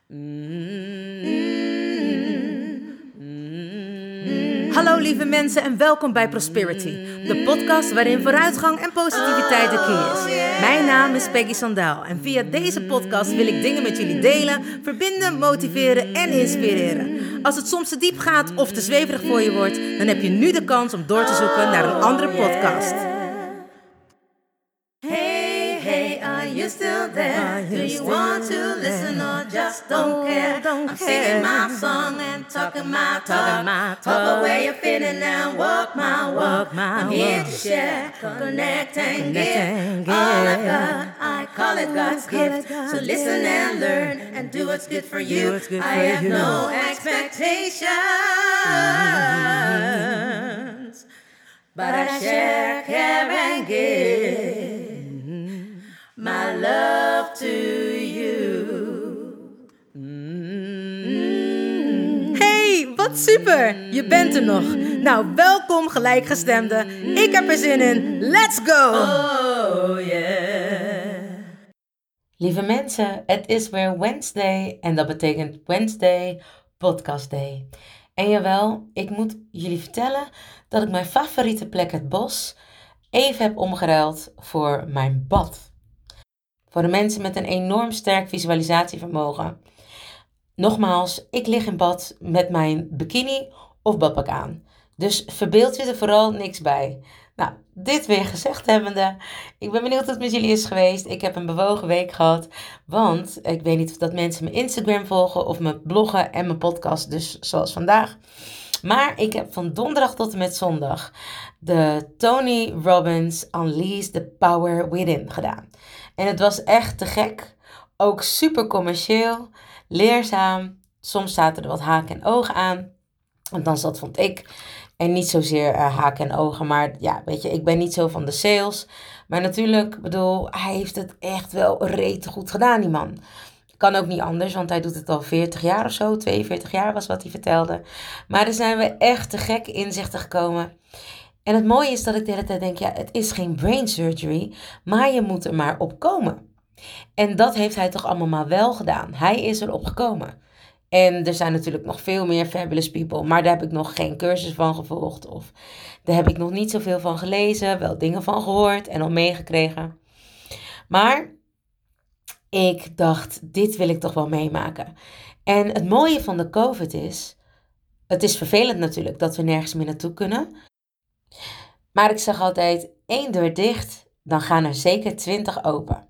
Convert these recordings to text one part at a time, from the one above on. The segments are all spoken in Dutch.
Hallo lieve mensen en welkom bij Prosperity, de podcast waarin vooruitgang en positiviteit de key is. Mijn naam is Peggy Sandaal en via deze podcast wil ik dingen met jullie delen, verbinden, motiveren en inspireren. Als het soms te diep gaat of te zweverig voor je wordt, dan heb je nu de kans om door te zoeken naar een andere podcast. Hey, are you still there? Do you want to listen or just don't care? I'm singing my song and talking my talk. Talk away your feeling and walk my walk. I'm here to share, connect and give. All I got, I call it God's gift. So listen and learn and do what's good for you. I have no expectations, but I share, care and give my love to you. Hey, wat super! Je bent er nog. Nou, welkom gelijkgestemden. Ik heb er zin in. Let's go! Oh yeah. Lieve mensen, het is weer Wednesday en dat betekent Wednesday Podcast Day. En jawel, ik moet jullie vertellen dat ik mijn favoriete plek, het bos, even heb omgeruild voor mijn bad. Voor de mensen met een enorm sterk visualisatievermogen. Nogmaals, ik lig in bad met mijn bikini of badpak aan. Dus verbeeld je er vooral niks bij. Nou, dit weer gezegd hebbende, ik ben benieuwd hoe het met jullie is geweest. Ik heb een bewogen week gehad, want ik weet niet of dat mensen mijn Instagram volgen of mijn bloggen en mijn podcast, dus zoals vandaag. Maar ik heb van donderdag tot en met zondag de Tony Robbins Unleash the Power Within gedaan. En het was echt te gek, ook super commercieel, leerzaam. Soms zaten er wat haken en ogen aan, althans dat vond ik. En niet zozeer haken en ogen, maar ja, weet je, ik ben niet zo van de sales. Maar natuurlijk, bedoel, hij heeft het echt wel rete goed gedaan, die man. Kan ook niet anders, want hij doet het al 40 jaar of zo. 42 jaar was wat hij vertelde. Maar er zijn we echt te gekke inzichten gekomen. En het mooie is dat ik de hele tijd denk, ja, het is geen brain surgery, maar je moet er maar op komen. En dat heeft hij toch allemaal maar wel gedaan. Hij is erop gekomen. En er zijn natuurlijk nog veel meer fabulous people, maar daar heb ik nog geen cursus van gevolgd. Of daar heb ik nog niet zoveel van gelezen, wel dingen van gehoord en al meegekregen. Maar ik dacht, dit wil ik toch wel meemaken. En het mooie van de COVID is, het is vervelend natuurlijk dat we nergens meer naartoe kunnen. Maar ik zeg altijd, 1 deur dicht, dan gaan er zeker 20 open.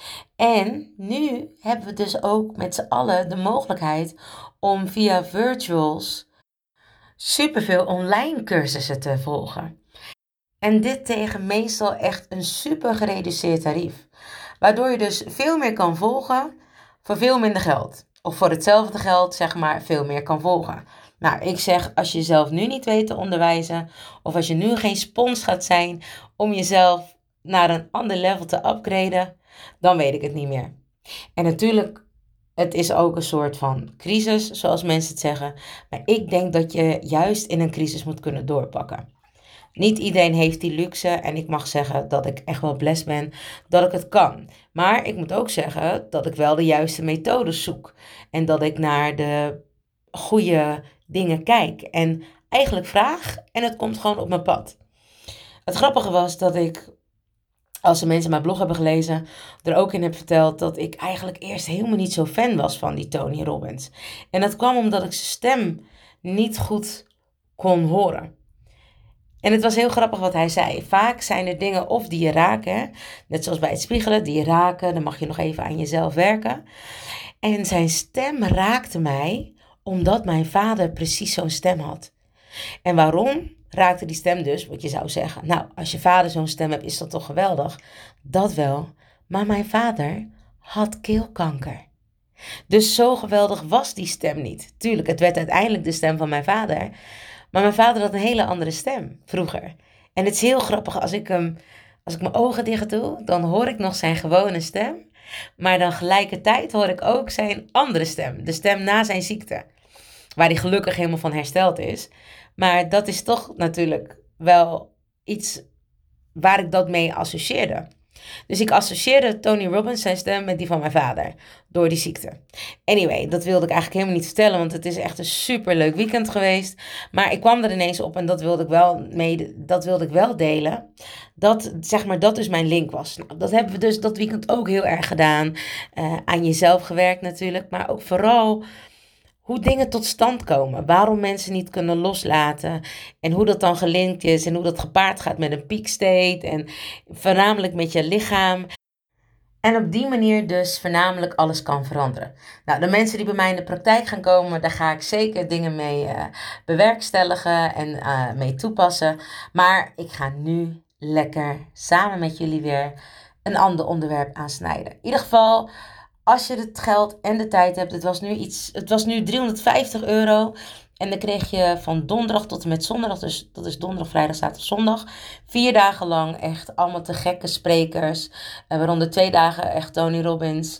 En nu hebben we dus ook met z'n allen de mogelijkheid om via virtuals superveel online cursussen te volgen. En dit tegen meestal echt een super gereduceerd tarief. Waardoor je dus veel meer kan volgen voor veel minder geld. Of voor hetzelfde geld, zeg maar, veel meer kan volgen. Nou, ik zeg, als je jezelf nu niet weet te onderwijzen, of als je nu geen spons gaat zijn om jezelf naar een ander level te upgraden, dan weet ik het niet meer. En natuurlijk, het is ook een soort van crisis, zoals mensen het zeggen. Maar ik denk dat je juist in een crisis moet kunnen doorpakken. Niet iedereen heeft die luxe en ik mag zeggen dat ik echt wel blessed ben dat ik het kan. Maar ik moet ook zeggen dat ik wel de juiste methodes zoek. En dat ik naar de goede dingen kijk en eigenlijk vraag en het komt gewoon op mijn pad. Het grappige was dat ik, als de mensen mijn blog hebben gelezen, er ook in heb verteld dat ik eigenlijk eerst helemaal niet zo fan was van die Tony Robbins. En dat kwam omdat ik zijn stem niet goed kon horen. En het was heel grappig wat hij zei. Vaak zijn er dingen of die je raken, net zoals bij het spiegelen, die je raken, dan mag je nog even aan jezelf werken. En zijn stem raakte mij omdat mijn vader precies zo'n stem had. En waarom raakte die stem dus? Wat je zou zeggen, nou, als je vader zo'n stem hebt, is dat toch geweldig? Dat wel, maar mijn vader had keelkanker. Dus zo geweldig was die stem niet. Tuurlijk, het werd uiteindelijk de stem van mijn vader. Maar mijn vader had een hele andere stem vroeger. En het is heel grappig, als ik mijn ogen dicht doe, dan hoor ik nog zijn gewone stem. Maar dan gelijkertijd hoor ik ook zijn andere stem. De stem na zijn ziekte. Waar hij gelukkig helemaal van hersteld is. Maar dat is toch natuurlijk wel iets waar ik dat mee associeerde. Dus ik associeerde Tony Robbins zijn stem met die van mijn vader. Door die ziekte. Anyway, dat wilde ik eigenlijk helemaal niet vertellen. Want het is echt een superleuk weekend geweest. Maar ik kwam er ineens op en dat wilde ik wel delen. Dat dus mijn link was. Nou, dat hebben we dus dat weekend ook heel erg gedaan. Aan jezelf gewerkt natuurlijk. Maar ook vooral hoe dingen tot stand komen. Waarom mensen niet kunnen loslaten. En hoe dat dan gelinkt is. En hoe dat gepaard gaat met een peak state. En voornamelijk met je lichaam. En op die manier dus voornamelijk alles kan veranderen. Nou, de mensen die bij mij in de praktijk gaan komen, daar ga ik zeker dingen mee bewerkstelligen en mee toepassen. Maar ik ga nu lekker samen met jullie weer een ander onderwerp aansnijden. In ieder geval, als je het geld en de tijd hebt, het was nu €350. En dan kreeg je van donderdag tot en met zondag, dus dat is donderdag, vrijdag, zaterdag, zondag, 4 dagen lang echt allemaal te gekke sprekers. Waaronder 2 dagen echt Tony Robbins,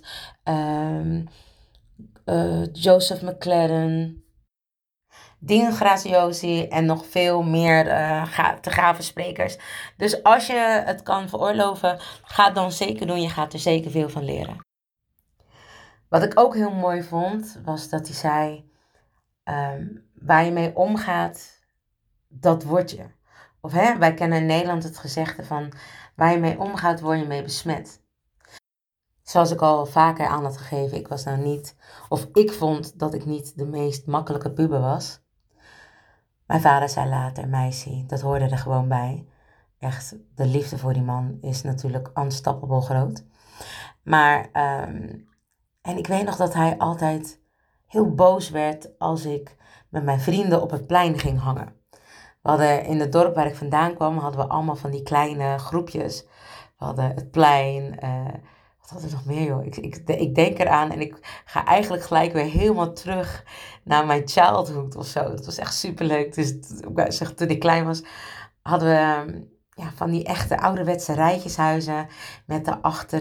Joseph McClaren, Dean Graziosi en nog veel meer te gave sprekers. Dus als je het kan veroorloven, ga het dan zeker doen. Je gaat er zeker veel van leren. Wat ik ook heel mooi vond, was dat hij zei, waar je mee omgaat, dat word je. Of wij kennen in Nederland het gezegde van, waar je mee omgaat, word je mee besmet. Zoals ik al vaker aan had gegeven, ik vond dat ik niet de meest makkelijke puber was. Mijn vader zei later, meisje, dat hoorde er gewoon bij. Echt, de liefde voor die man is natuurlijk unstoppable groot. Maar, en ik weet nog dat hij altijd heel boos werd als ik met mijn vrienden op het plein ging hangen. We hadden in het dorp waar ik vandaan kwam, hadden we allemaal van die kleine groepjes. We hadden het plein, wat hadden we nog meer joh? Ik denk eraan en ik ga eigenlijk gelijk weer helemaal terug naar mijn childhood of zo. Dat was echt superleuk. Dus toen ik klein was, hadden we van die echte ouderwetse rijtjeshuizen met daarachter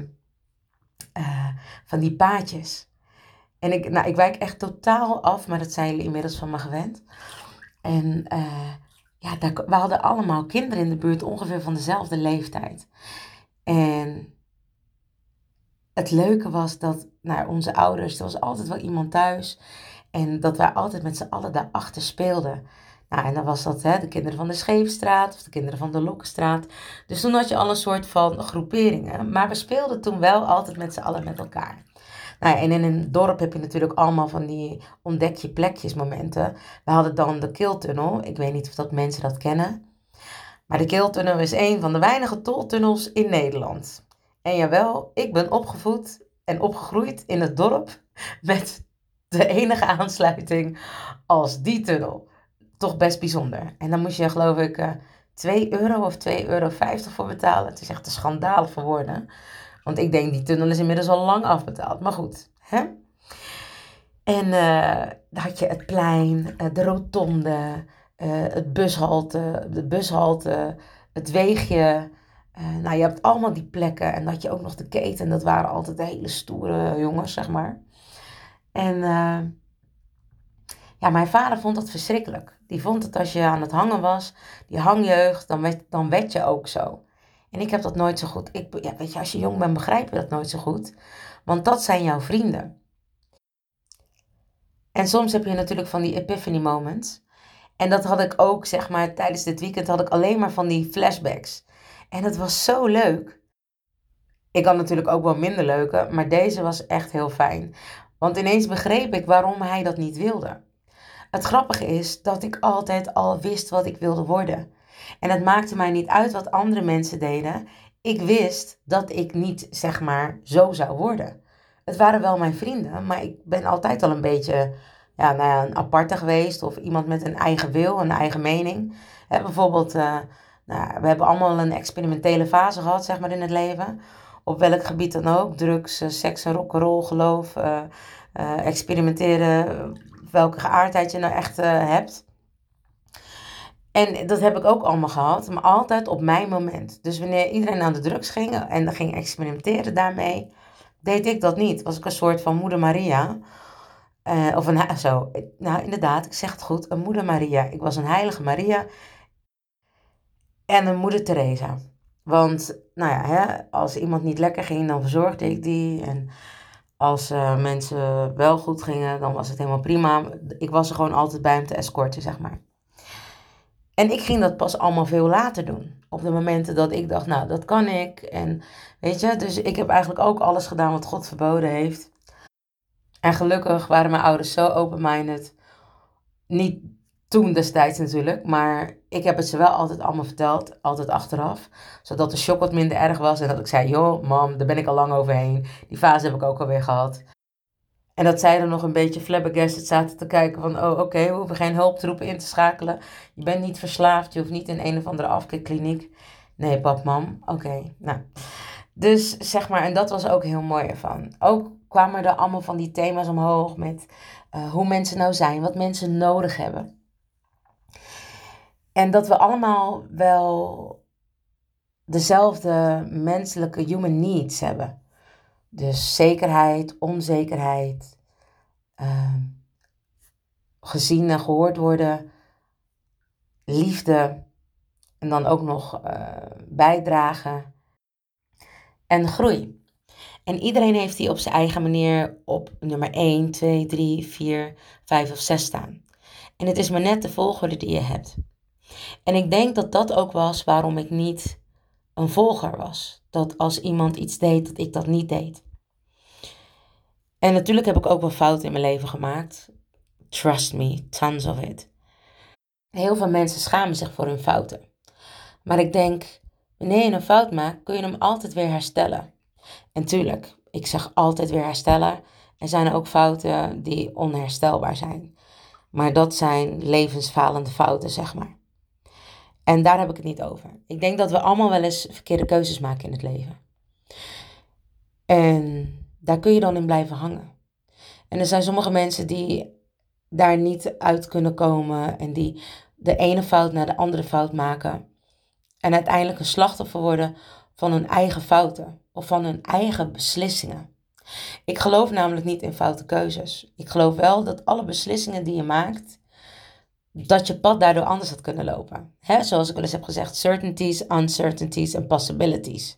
van die paadjes. En ik wijk echt totaal af, maar dat zijn jullie inmiddels van me gewend. En we hadden allemaal kinderen in de buurt ongeveer van dezelfde leeftijd. En het leuke was dat onze ouders, er was altijd wel iemand thuis. En dat wij altijd met z'n allen daarachter speelden. Nou, en dan was dat de kinderen van de Scheepstraat of de kinderen van de Lokkenstraat. Dus toen had je al een soort van groeperingen. Maar we speelden toen wel altijd met z'n allen met elkaar. Nou, en in een dorp heb je natuurlijk allemaal van die ontdek je plekjes momenten. We hadden dan de Kiltunnel. Ik weet niet of dat mensen dat kennen. Maar de Kiltunnel is een van de weinige toltunnels in Nederland. En jawel, ik ben opgevoed en opgegroeid in het dorp met de enige aansluiting als die tunnel. Toch best bijzonder. En dan moest je geloof ik €2 of €2,50 voor betalen. Het is echt een schandaal voor woorden. Want ik denk die tunnel is inmiddels al lang afbetaald. Maar goed. En dan had je het plein, de rotonde, de bushalte, het weegje. Je hebt allemaal die plekken. En dan had je ook nog de keten. Dat waren altijd de hele stoere jongens, zeg maar. En mijn vader vond dat verschrikkelijk. Die vond het als je aan het hangen was, die hangjeugd, dan werd je ook zo. En ik heb dat nooit zo goed. Weet je, als je jong bent begrijp je dat nooit zo goed. Want dat zijn jouw vrienden. En soms heb je natuurlijk van die epiphany moments. En dat had ik ook, zeg maar, tijdens dit weekend had ik alleen maar van die flashbacks. En het was zo leuk. Ik had natuurlijk ook wel minder leuke, maar deze was echt heel fijn. Want ineens begreep ik waarom hij dat niet wilde. Het grappige is dat ik altijd al wist wat ik wilde worden. En het maakte mij niet uit wat andere mensen deden. Ik wist dat ik niet, zeg maar, zo zou worden. Het waren wel mijn vrienden, maar ik ben altijd al een beetje een aparte geweest. Of iemand met een eigen wil, een eigen mening. Bijvoorbeeld, we hebben allemaal een experimentele fase gehad, zeg maar, in het leven. Op welk gebied dan ook. Drugs, seks en rock'n'roll, geloof, experimenteren, welke geaardheid je nou echt hebt. En dat heb ik ook allemaal gehad, maar altijd op mijn moment. Dus wanneer iedereen aan de drugs ging en ging experimenteren daarmee, deed ik dat niet. Was ik een soort van moeder Maria. Inderdaad, ik zeg het goed, een moeder Maria. Ik was een heilige Maria en een moeder Teresa. Want nou ja, als iemand niet lekker ging, dan verzorgde ik die. En als mensen wel goed gingen, dan was het helemaal prima. Ik was er gewoon altijd bij om te escorten, zeg maar. En ik ging dat pas allemaal veel later doen. Op de momenten dat ik dacht, nou, dat kan ik. En weet je, dus ik heb eigenlijk ook alles gedaan wat God verboden heeft. En gelukkig waren mijn ouders zo open-minded. Niet toen destijds natuurlijk, maar ik heb het ze wel altijd allemaal verteld, altijd achteraf. Zodat de shock wat minder erg was en dat ik zei, joh, mam, daar ben ik al lang overheen. Die fase heb ik ook alweer gehad. En dat zij er nog een beetje flabbergasted zaten te kijken van, oh oké, we hoeven geen hulptroepen in te schakelen. Je bent niet verslaafd, je hoeft niet in een of andere afkikkliniek. Nee, pap, mam, oké. Nou, dus zeg maar, en dat was ook heel mooi ervan. Ook kwamen er allemaal van die thema's omhoog met hoe mensen nou zijn, wat mensen nodig hebben. En dat we allemaal wel dezelfde menselijke human needs hebben. Dus zekerheid, onzekerheid, gezien en gehoord worden, liefde en dan ook nog bijdragen en groei. En iedereen heeft die op zijn eigen manier op nummer 1, 2, 3, 4, 5 of 6 staan. En het is maar net de volgorde die je hebt. En ik denk dat dat ook was waarom ik niet een volger was. Dat als iemand iets deed, dat ik dat niet deed. En natuurlijk heb ik ook wel fouten in mijn leven gemaakt. Trust me, tons of it. Heel veel mensen schamen zich voor hun fouten. Maar ik denk, wanneer je een fout maakt, kun je hem altijd weer herstellen. En tuurlijk, ik zeg altijd weer herstellen. Er zijn ook fouten die onherstelbaar zijn. Maar dat zijn levensfalende fouten, zeg maar. En daar heb ik het niet over. Ik denk dat we allemaal wel eens verkeerde keuzes maken in het leven. En daar kun je dan in blijven hangen. En er zijn sommige mensen die daar niet uit kunnen komen. En die de ene fout naar de andere fout maken. En uiteindelijk een slachtoffer worden van hun eigen fouten. Of van hun eigen beslissingen. Ik geloof namelijk niet in foute keuzes. Ik geloof wel dat alle beslissingen die je maakt, dat je pad daardoor anders had kunnen lopen. Zoals ik wel eens heb gezegd, certainties, uncertainties en possibilities.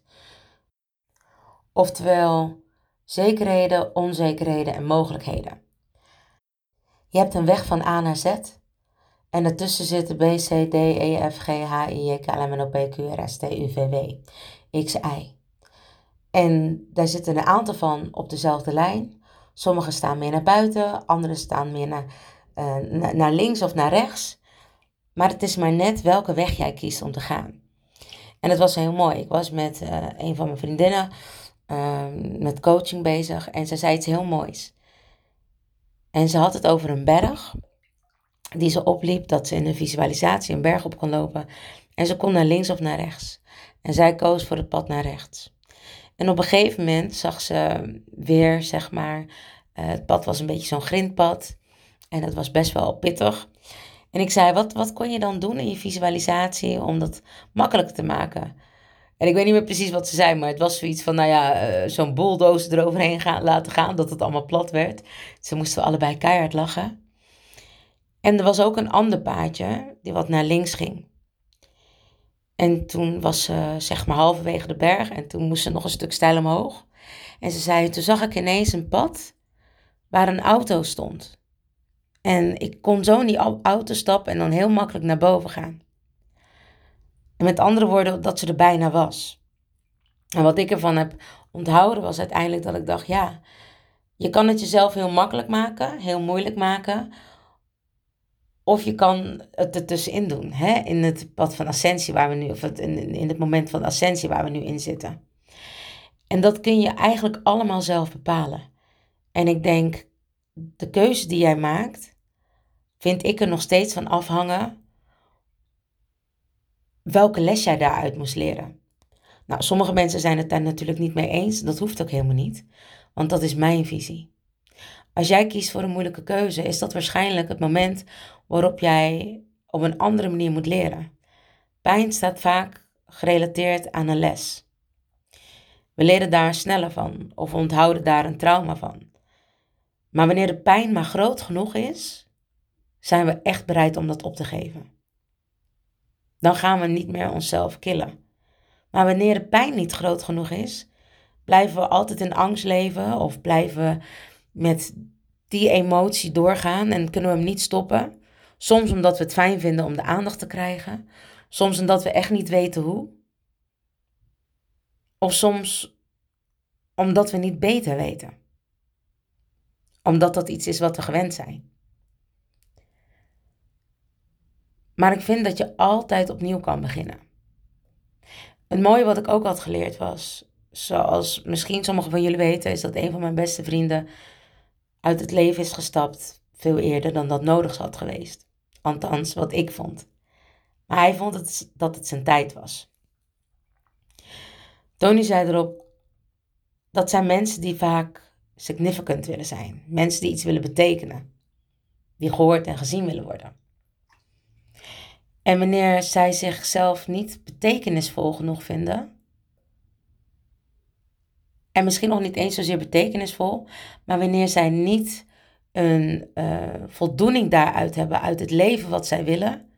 Oftewel, zekerheden, onzekerheden en mogelijkheden. Je hebt een weg van A naar Z. En ertussen zitten B, C, D, E, F, G, H, I, J, K, L, M, N, O, P, Q, R, S, T, U, V, W, X, Y. En daar zitten een aantal van op dezelfde lijn. Sommige staan meer naar buiten, andere staan meer naar links of naar rechts. Maar het is maar net welke weg jij kiest om te gaan. En het was heel mooi. Ik was met een van mijn vriendinnen met coaching bezig. En ze zei iets heel moois. En ze had het over een berg die ze opliep. Dat ze in een visualisatie een berg op kon lopen. En ze kon naar links of naar rechts. En zij koos voor het pad naar rechts. En op een gegeven moment zag ze weer, zeg maar, het pad was een beetje zo'n grindpad. En dat was best wel pittig. En ik zei, wat kon je dan doen in je visualisatie om dat makkelijker te maken? En ik weet niet meer precies wat ze zei, maar het was zoiets van, nou ja, zo'n bulldozer eroverheen laten gaan, dat het allemaal plat werd. Ze moesten allebei keihard lachen. En er was ook een ander paadje die wat naar links ging. En toen was ze zeg maar halverwege de berg en toen moest ze nog een stuk steil omhoog. En ze zei, toen zag ik ineens een pad waar een auto stond. En ik kon zo in die auto stappen en dan heel makkelijk naar boven gaan. En met andere woorden, dat ze er bijna was. En wat ik ervan heb onthouden was uiteindelijk dat ik dacht, ja, je kan het jezelf heel makkelijk maken, heel moeilijk maken. Of je kan het ertussenin doen, in het pad van ascensie waar we nu, of in het moment van ascensie waar we nu in zitten. En dat kun je eigenlijk allemaal zelf bepalen. En ik denk, de keuze die jij maakt, vind ik er nog steeds van afhangen welke les jij daaruit moest leren. Nou, sommige mensen zijn het daar natuurlijk niet mee eens. Dat hoeft ook helemaal niet, want dat is mijn visie. Als jij kiest voor een moeilijke keuze, is dat waarschijnlijk het moment waarop jij op een andere manier moet leren. Pijn staat vaak gerelateerd aan een les. We leren daar sneller van of onthouden daar een trauma van. Maar wanneer de pijn maar groot genoeg is, zijn we echt bereid om dat op te geven. Dan gaan we niet meer onszelf killen. Maar wanneer de pijn niet groot genoeg is, blijven we altijd in angst leven of blijven we met die emotie doorgaan en kunnen we hem niet stoppen. Soms omdat we het fijn vinden om de aandacht te krijgen. Soms omdat we echt niet weten hoe. Of soms omdat we niet beter weten. Omdat dat iets is wat we gewend zijn. Maar ik vind dat je altijd opnieuw kan beginnen. Het mooie wat ik ook had geleerd was, zoals misschien sommigen van jullie weten, is dat een van mijn beste vrienden uit het leven is gestapt veel eerder dan dat nodig had geweest. Althans, wat ik vond. Maar hij vond dat het zijn tijd was. Tony zei erop, dat zijn mensen die vaak significant willen zijn. Mensen die iets willen betekenen. Die gehoord en gezien willen worden. En wanneer zij zichzelf niet betekenisvol genoeg vinden, en misschien nog niet eens zozeer betekenisvol, maar wanneer zij niet een voldoening daaruit hebben, uit het leven wat zij willen,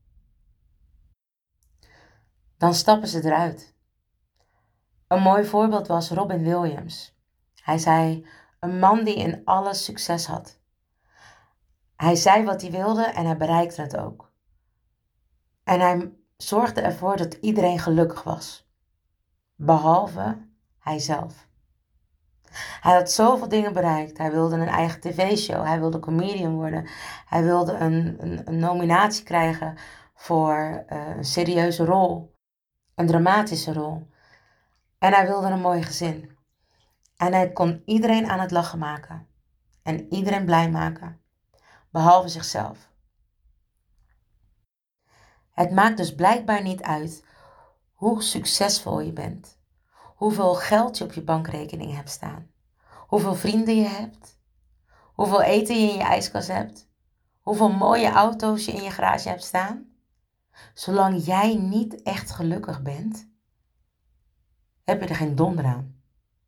dan stappen ze eruit. Een mooi voorbeeld was Robin Williams. Hij zei, een man die in alles succes had. Hij zei wat hij wilde en hij bereikte het ook. En hij zorgde ervoor dat iedereen gelukkig was. Behalve hijzelf. Hij had zoveel dingen bereikt. Hij wilde een eigen tv-show. Hij wilde comedian worden. Hij wilde een nominatie krijgen voor een serieuze rol. Een dramatische rol. En hij wilde een mooi gezin. En hij kon iedereen aan het lachen maken. En iedereen blij maken. Behalve zichzelf. Het maakt dus blijkbaar niet uit hoe succesvol je bent. Hoeveel geld je op je bankrekening hebt staan. Hoeveel vrienden je hebt. Hoeveel eten je in je ijskast hebt. Hoeveel mooie auto's je in je garage hebt staan. Zolang jij niet echt gelukkig bent, heb je er geen donder aan.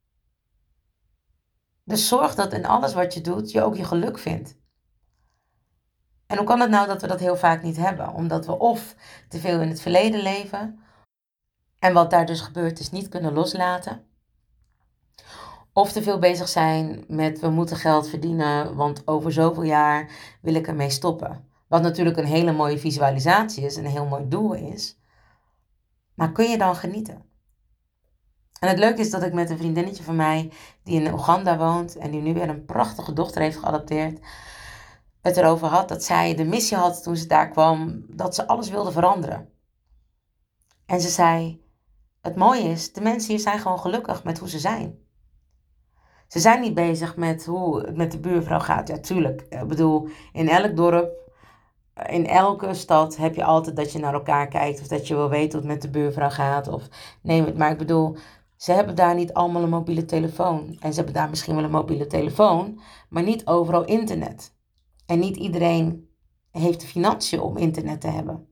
Dus zorg dat in alles wat je doet, je ook je geluk vindt. En hoe kan het nou dat we dat heel vaak niet hebben? Omdat we of te veel in het verleden leven, en wat daar dus gebeurd is niet kunnen loslaten. Of te veel bezig zijn met we moeten geld verdienen, want over zoveel jaar wil ik ermee stoppen. Wat natuurlijk een hele mooie visualisatie is, een heel mooi doel is. Maar kun je dan genieten? En het leuke is dat ik met een vriendinnetje van mij, die in Oeganda woont en die nu weer een prachtige dochter heeft geadopteerd, het erover had dat zij de missie had toen ze daar kwam, dat ze alles wilde veranderen. En ze zei, het mooie is, de mensen hier zijn gewoon gelukkig met hoe ze zijn. Ze zijn niet bezig met hoe het met de buurvrouw gaat. Ja, tuurlijk. Ik bedoel, in elk dorp, in elke stad heb je altijd dat je naar elkaar kijkt. Of dat je wil weten hoe het met de buurvrouw gaat. Of neem het. Maar ik bedoel, ze hebben daar niet allemaal een mobiele telefoon. En ze hebben daar misschien wel een mobiele telefoon. Maar niet overal internet. En niet iedereen heeft de financiën om internet te hebben.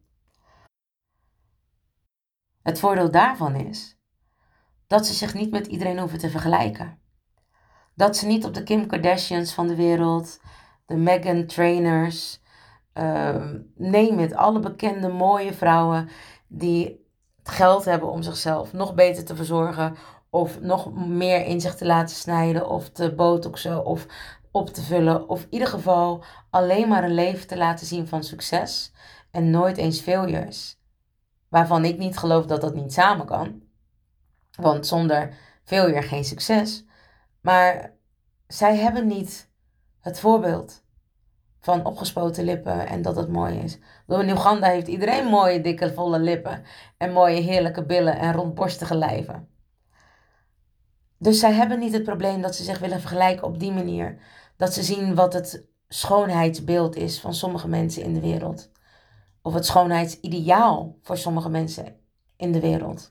Het voordeel daarvan is dat ze zich niet met iedereen hoeven te vergelijken. Dat ze niet op de Kim Kardashians van de wereld, de Meghan Trainors, neem het, alle bekende mooie vrouwen die het geld hebben om zichzelf nog beter te verzorgen of nog meer in zich te laten snijden of te botoxen of op te vullen. Of in ieder geval alleen maar een leven te laten zien van succes en nooit eens failures. Waarvan ik niet geloof dat dat niet samen kan. Want zonder failure geen succes. Maar zij hebben niet het voorbeeld van opgespoten lippen en dat het mooi is. In Oeganda heeft iedereen mooie, dikke, volle lippen. En mooie, heerlijke billen en rondborstige lijven. Dus zij hebben niet het probleem dat ze zich willen vergelijken op die manier. Dat ze zien wat het schoonheidsbeeld is van sommige mensen in de wereld. Of het schoonheidsideaal voor sommige mensen in de wereld.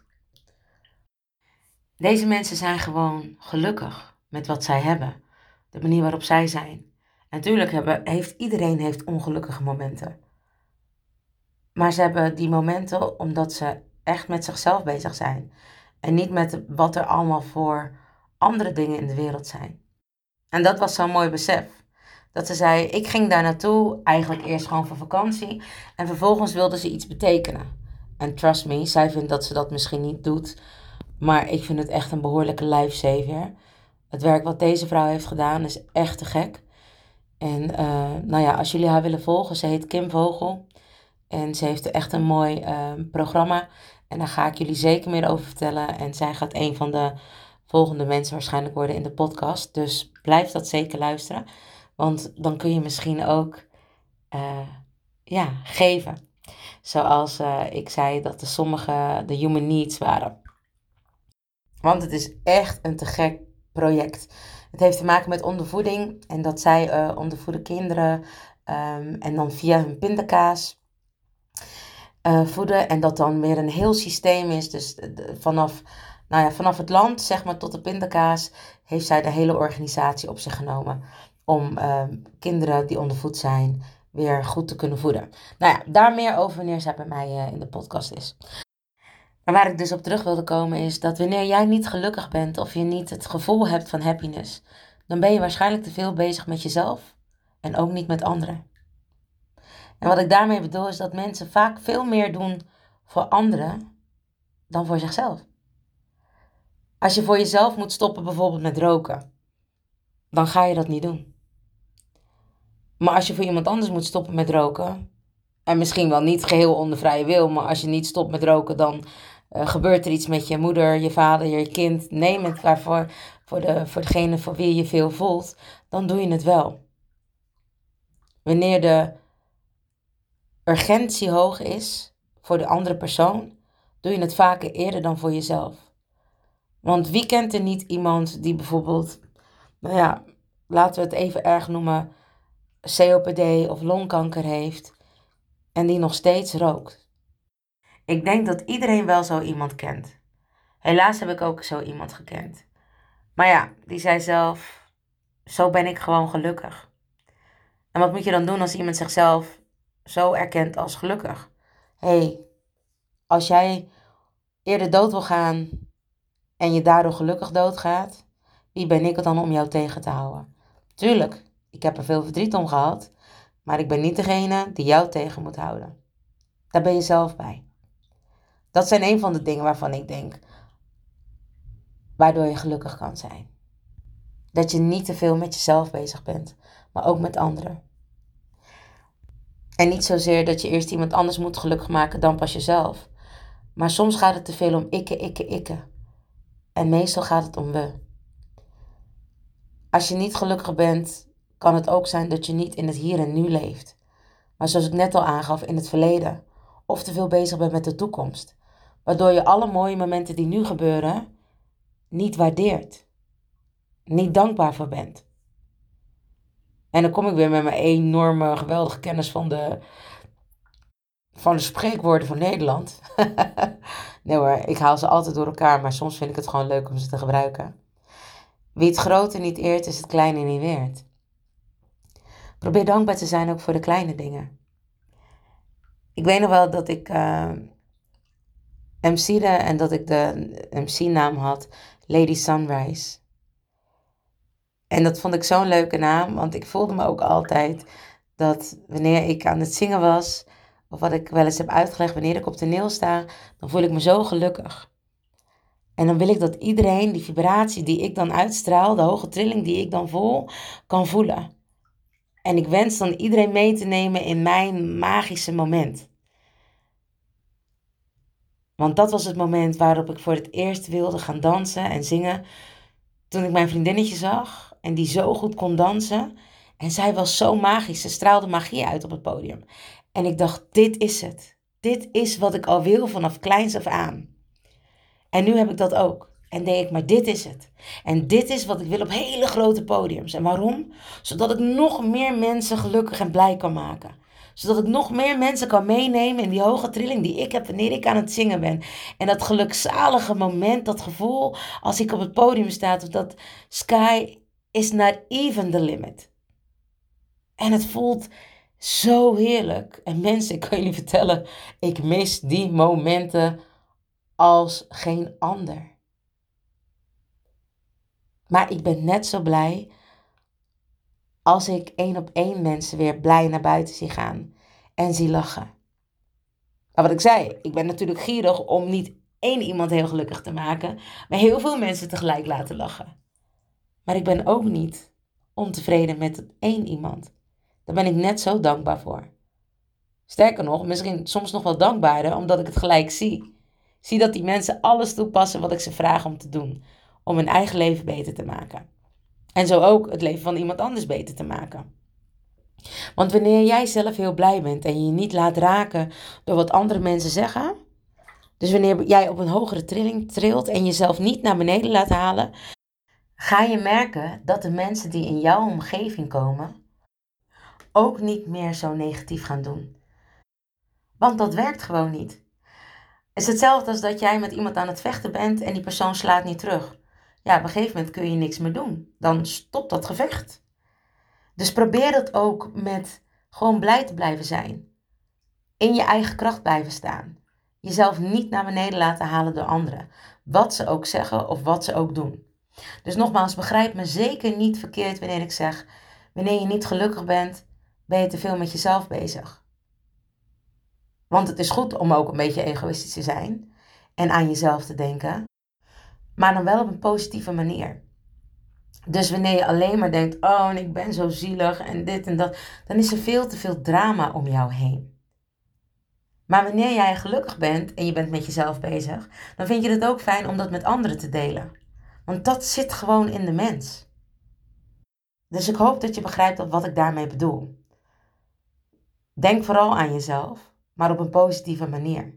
Deze mensen zijn gewoon gelukkig met wat zij hebben. De manier waarop zij zijn. En natuurlijk heeft iedereen ongelukkige momenten. Maar ze hebben die momenten omdat ze echt met zichzelf bezig zijn. En niet met wat er allemaal voor andere dingen in de wereld zijn. En dat was zo'n mooi besef. Dat ze zei, ik ging daar naartoe, eigenlijk eerst gewoon voor vakantie. En vervolgens wilde ze iets betekenen. En trust me, zij vindt dat ze dat misschien niet doet. Maar ik vind het echt een behoorlijke lifesaver. Het werk wat deze vrouw heeft gedaan is echt te gek. En als jullie haar willen volgen, ze heet Kim Vogel. En ze heeft echt een mooi programma. En daar ga ik jullie zeker meer over vertellen. En zij gaat een van de volgende mensen waarschijnlijk worden in de podcast. Dus blijf dat zeker luisteren. Want dan kun je misschien ook geven. Zoals ik zei dat de human needs waren. Want het is echt een te gek project. Het heeft te maken met ondervoeding. En dat zij ondervoeden kinderen. En dan via hun pindakaas voeden. En dat dan weer een heel systeem is. Dus vanaf het land, zeg maar, tot de pindakaas, heeft zij de hele organisatie op zich genomen. Om kinderen die ondervoed zijn weer goed te kunnen voeden. Daar meer over wanneer zij bij mij in de podcast is. Maar waar ik dus op terug wilde komen is dat wanneer jij niet gelukkig bent of je niet het gevoel hebt van happiness, dan ben je waarschijnlijk te veel bezig met jezelf en ook niet met anderen. En wat ik daarmee bedoel is dat mensen vaak veel meer doen voor anderen dan voor zichzelf. Als je voor jezelf moet stoppen bijvoorbeeld met roken, dan ga je dat niet doen. Maar als je voor iemand anders moet stoppen met roken, en misschien wel niet geheel onder vrije wil, maar als je niet stopt met roken, dan gebeurt er iets met je moeder, je vader, je kind. Neem het waarvoor voor degene voor wie je veel voelt, dan doe je het wel. Wanneer de urgentie hoog is voor de andere persoon, doe je het vaker eerder dan voor jezelf. Want wie kent er niet iemand die bijvoorbeeld, laten we het even erg noemen, COPD of longkanker heeft en die nog steeds rookt? Ik denk dat iedereen wel zo iemand kent. Helaas heb ik ook zo iemand gekend. Maar die zei zelf, zo ben ik gewoon gelukkig. En wat moet je dan doen als iemand zichzelf zo erkent als gelukkig? Als jij eerder dood wil gaan en je daardoor gelukkig doodgaat, wie ben ik het dan om jou tegen te houden? Tuurlijk, ik heb er veel verdriet om gehad, maar ik ben niet degene die jou tegen moet houden. Daar ben je zelf bij. Dat zijn een van de dingen waarvan ik denk, waardoor je gelukkig kan zijn. Dat je niet te veel met jezelf bezig bent, maar ook met anderen. En niet zozeer dat je eerst iemand anders moet gelukkig maken dan pas jezelf. Maar soms gaat het te veel om ikke. En meestal gaat het om we. Als je niet gelukkig bent, kan het ook zijn dat je niet in het hier en nu leeft. Maar zoals ik net al aangaf, in het verleden. Of te veel bezig bent met de toekomst. Waardoor je alle mooie momenten die nu gebeuren niet waardeert. Niet dankbaar voor bent. En dan kom ik weer met mijn enorme, geweldige kennis van de spreekwoorden van Nederland. Nee hoor, ik haal ze altijd door elkaar, maar soms vind ik het gewoon leuk om ze te gebruiken. Wie het grote niet eert, is het kleine niet waard. Probeer dankbaar te zijn ook voor de kleine dingen. Ik weet nog wel dat ik MC'de en dat ik de MC-naam had Lady Sunrise. En dat vond ik zo'n leuke naam, want ik voelde me ook altijd dat wanneer ik aan het zingen was, of wat ik wel eens heb uitgelegd, wanneer ik op toneel sta, dan voel ik me zo gelukkig. En dan wil ik dat iedereen die vibratie die ik dan uitstraal, de hoge trilling die ik dan voel, kan voelen. En ik wens dan iedereen mee te nemen in mijn magische moment. Want dat was het moment waarop ik voor het eerst wilde gaan dansen en zingen. Toen ik mijn vriendinnetje zag en die zo goed kon dansen. En zij was zo magisch, ze straalde magie uit op het podium. En ik dacht, dit is het. Dit is wat ik al wil vanaf kleins af aan. En nu heb ik dat ook. En denk ik, maar dit is het. En dit is wat ik wil op hele grote podiums. En waarom? Zodat ik nog meer mensen gelukkig en blij kan maken. Zodat ik nog meer mensen kan meenemen in die hoge trilling die ik heb wanneer ik aan het zingen ben. En dat gelukzalige moment, dat gevoel als ik op het podium sta. Dat sky is not even the limit. En het voelt zo heerlijk. En mensen, ik kan jullie vertellen, ik mis die momenten als geen ander. Maar ik ben net zo blij als ik 1-op-1 mensen weer blij naar buiten zie gaan en zie lachen. Maar wat ik zei, ik ben natuurlijk gierig om niet één iemand heel gelukkig te maken, maar heel veel mensen tegelijk laten lachen. Maar ik ben ook niet ontevreden met één iemand. Daar ben ik net zo dankbaar voor. Sterker nog, misschien soms nog wel dankbaarder, omdat ik het gelijk zie. Zie dat die mensen alles toepassen wat ik ze vraag om te doen. Om hun eigen leven beter te maken. En zo ook het leven van iemand anders beter te maken. Want wanneer jij zelf heel blij bent en je niet laat raken door wat andere mensen zeggen. Dus wanneer jij op een hogere trilling trilt en jezelf niet naar beneden laat halen. Ga je merken dat de mensen die in jouw omgeving komen ook niet meer zo negatief gaan doen. Want dat werkt gewoon niet. Het is hetzelfde als dat jij met iemand aan het vechten bent en die persoon slaat niet terug. Ja, op een gegeven moment kun je niks meer doen. Dan stopt dat gevecht. Dus probeer dat ook met gewoon blij te blijven zijn. In je eigen kracht blijven staan. Jezelf niet naar beneden laten halen door anderen. Wat ze ook zeggen of wat ze ook doen. Dus nogmaals, begrijp me zeker niet verkeerd wanneer ik zeg, wanneer je niet gelukkig bent, ben je te veel met jezelf bezig. Want het is goed om ook een beetje egoïstisch te zijn en aan jezelf te denken, maar dan wel op een positieve manier. Dus wanneer je alleen maar denkt, oh en ik ben zo zielig en dit en dat, dan is er veel te veel drama om jou heen. Maar wanneer jij gelukkig bent en je bent met jezelf bezig, dan vind je het ook fijn om dat met anderen te delen. Want dat zit gewoon in de mens. Dus ik hoop dat je begrijpt wat ik daarmee bedoel. Denk vooral aan jezelf, maar op een positieve manier.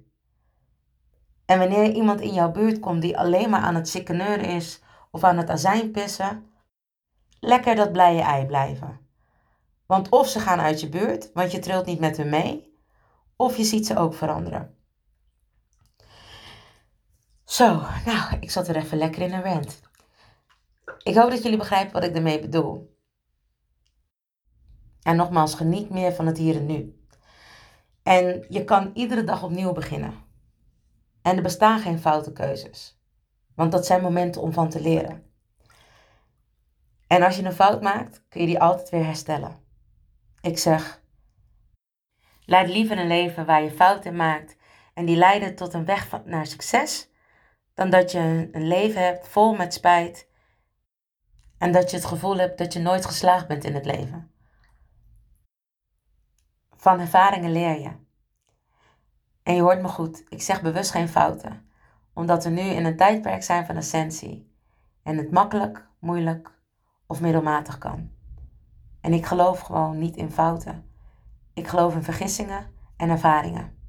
En wanneer iemand in jouw buurt komt die alleen maar aan het sikkeneuren is of aan het azijn pissen, lekker dat blije ei blijven. Want of ze gaan uit je buurt, want je trilt niet met hun mee, of je ziet ze ook veranderen. Zo, nou, ik zat weer even lekker in een rant. Ik hoop dat jullie begrijpen wat ik ermee bedoel. En nogmaals, geniet meer van het hier en nu. En je kan iedere dag opnieuw beginnen. En er bestaan geen foute keuzes. Want dat zijn momenten om van te leren. En als je een fout maakt, kun je die altijd weer herstellen. Ik zeg, leid liever een leven waar je fouten maakt en die leiden tot een weg naar succes, dan dat je een leven hebt vol met spijt en dat je het gevoel hebt dat je nooit geslaagd bent in het leven. Van ervaringen leer je. En je hoort me goed, ik zeg bewust geen fouten, omdat we nu in een tijdperk zijn van ascensie en het makkelijk, moeilijk of middelmatig kan. En ik geloof gewoon niet in fouten. Ik geloof in vergissingen en ervaringen.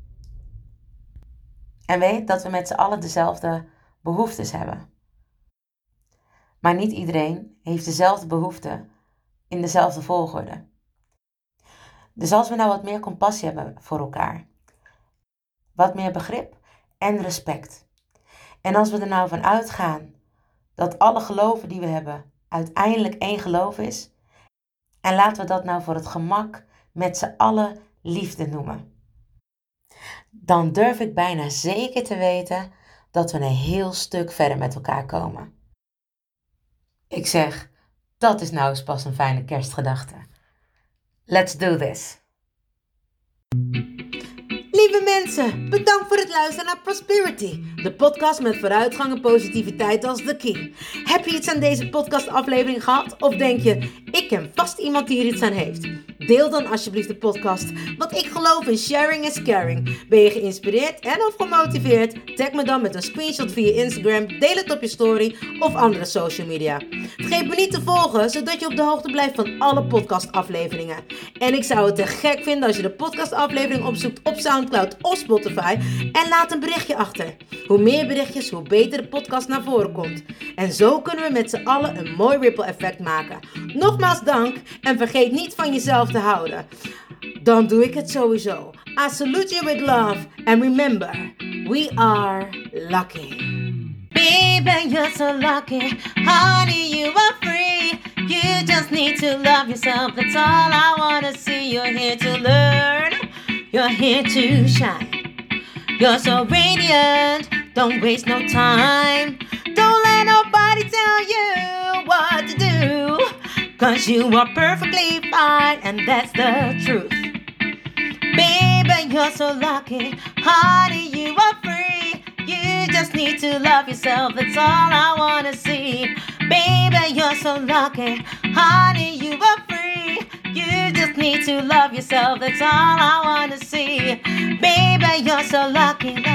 En weet dat we met z'n allen dezelfde behoeftes hebben. Maar niet iedereen heeft dezelfde behoeften in dezelfde volgorde. Dus als we nou wat meer compassie hebben voor elkaar, wat meer begrip en respect. En als we er nou van uitgaan dat alle geloven die we hebben uiteindelijk één geloof is, en laten we dat nou voor het gemak met z'n allen liefde noemen, dan durf ik bijna zeker te weten dat we een heel stuk verder met elkaar komen. Ik zeg, dat is nou eens pas een fijne kerstgedachte. Let's do this. Lieve mensen, bedankt voor het luisteren naar Prosperity, de podcast met vooruitgang en positiviteit als the key. Heb je iets aan deze podcastaflevering gehad of denk je, ik ken vast iemand die hier iets aan heeft? Deel dan alsjeblieft de podcast, want ik geloof in sharing is caring. Ben je geïnspireerd en of gemotiveerd? Tag me dan met een screenshot via Instagram, deel het op je story of andere social media. Vergeet me niet te volgen, zodat je op de hoogte blijft van alle podcastafleveringen. En ik zou het te gek vinden als je de podcastaflevering opzoekt op SoundCloud of Spotify en laat een berichtje achter. Hoe meer berichtjes, hoe beter de podcast naar voren komt. En zo kunnen we met z'n allen een mooi ripple effect maken. Nogmaals dank en vergeet niet van jezelf te houden. Dan doe ik het sowieso. I salute you with love and remember, we are lucky. Baby, you're so lucky. Honey, you are free. You just need to love yourself. That's all I wanna see. You're here to learn. You're here to shine. You're so radiant. Don't waste no time. Don't let nobody tell you what to do. 'Cause you are perfectly fine, and that's the truth. Baby, you're so lucky. Honey, you are free. You just need to love yourself. That's all I wanna see. Baby, you're so lucky. Honey, you are free. You just need to love yourself. That's all I wanna see. Baby, you're so lucky.